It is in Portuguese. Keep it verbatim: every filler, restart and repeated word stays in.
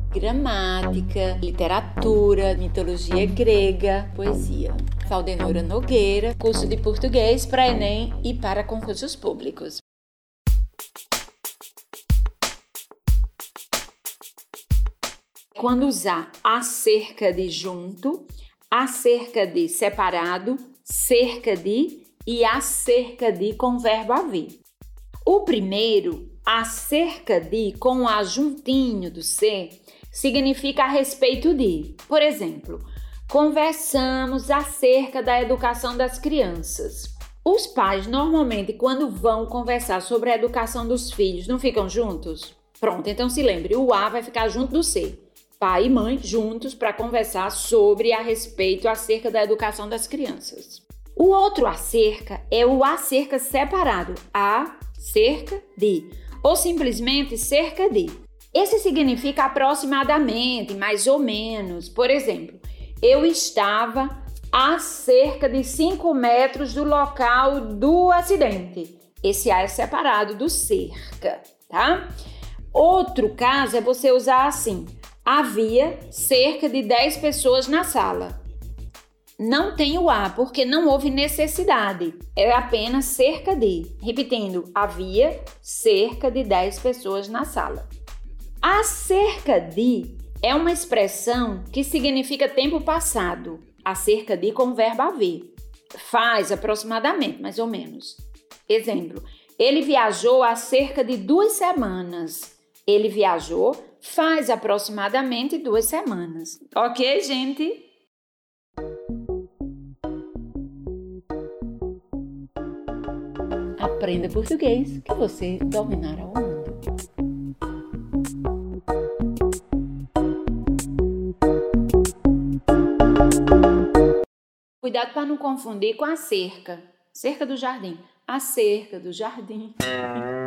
gramática, literatura, mitologia grega, poesia. Valdenora Nogueira, curso de português para Enem e para concursos públicos. Quando usar acerca de junto, acerca de separado, cerca de e acerca de com verbo haver. O primeiro, acerca de com o ajuntinho do ser, significa a respeito de. Por exemplo, conversamos acerca da educação das crianças. Os pais, normalmente, quando vão conversar sobre a educação dos filhos, não ficam juntos? Pronto, então se lembre, o A vai ficar junto do C. Pai e mãe juntos para conversar sobre a respeito acerca da educação das crianças. O outro acerca é o acerca separado, acerca de, ou simplesmente cerca de. Esse significa aproximadamente, mais ou menos. Por exemplo, eu estava a cerca de cinco metros do local do acidente. Esse A é separado do cerca, tá? Outro caso é você usar assim: havia cerca de dez pessoas na sala. Não tem o A, porque não houve necessidade. É apenas cerca de. Repetindo, havia cerca de dez pessoas na sala. Acerca de é uma expressão que significa tempo passado. Acerca de com o verbo haver. Faz aproximadamente, mais ou menos. Exemplo, ele viajou há cerca de duas semanas. Ele viajou faz aproximadamente duas semanas. Ok, gente? Aprenda português que você dominará o mundo. Cuidado para não confundir com a cerca. Cerca do jardim. A cerca do jardim.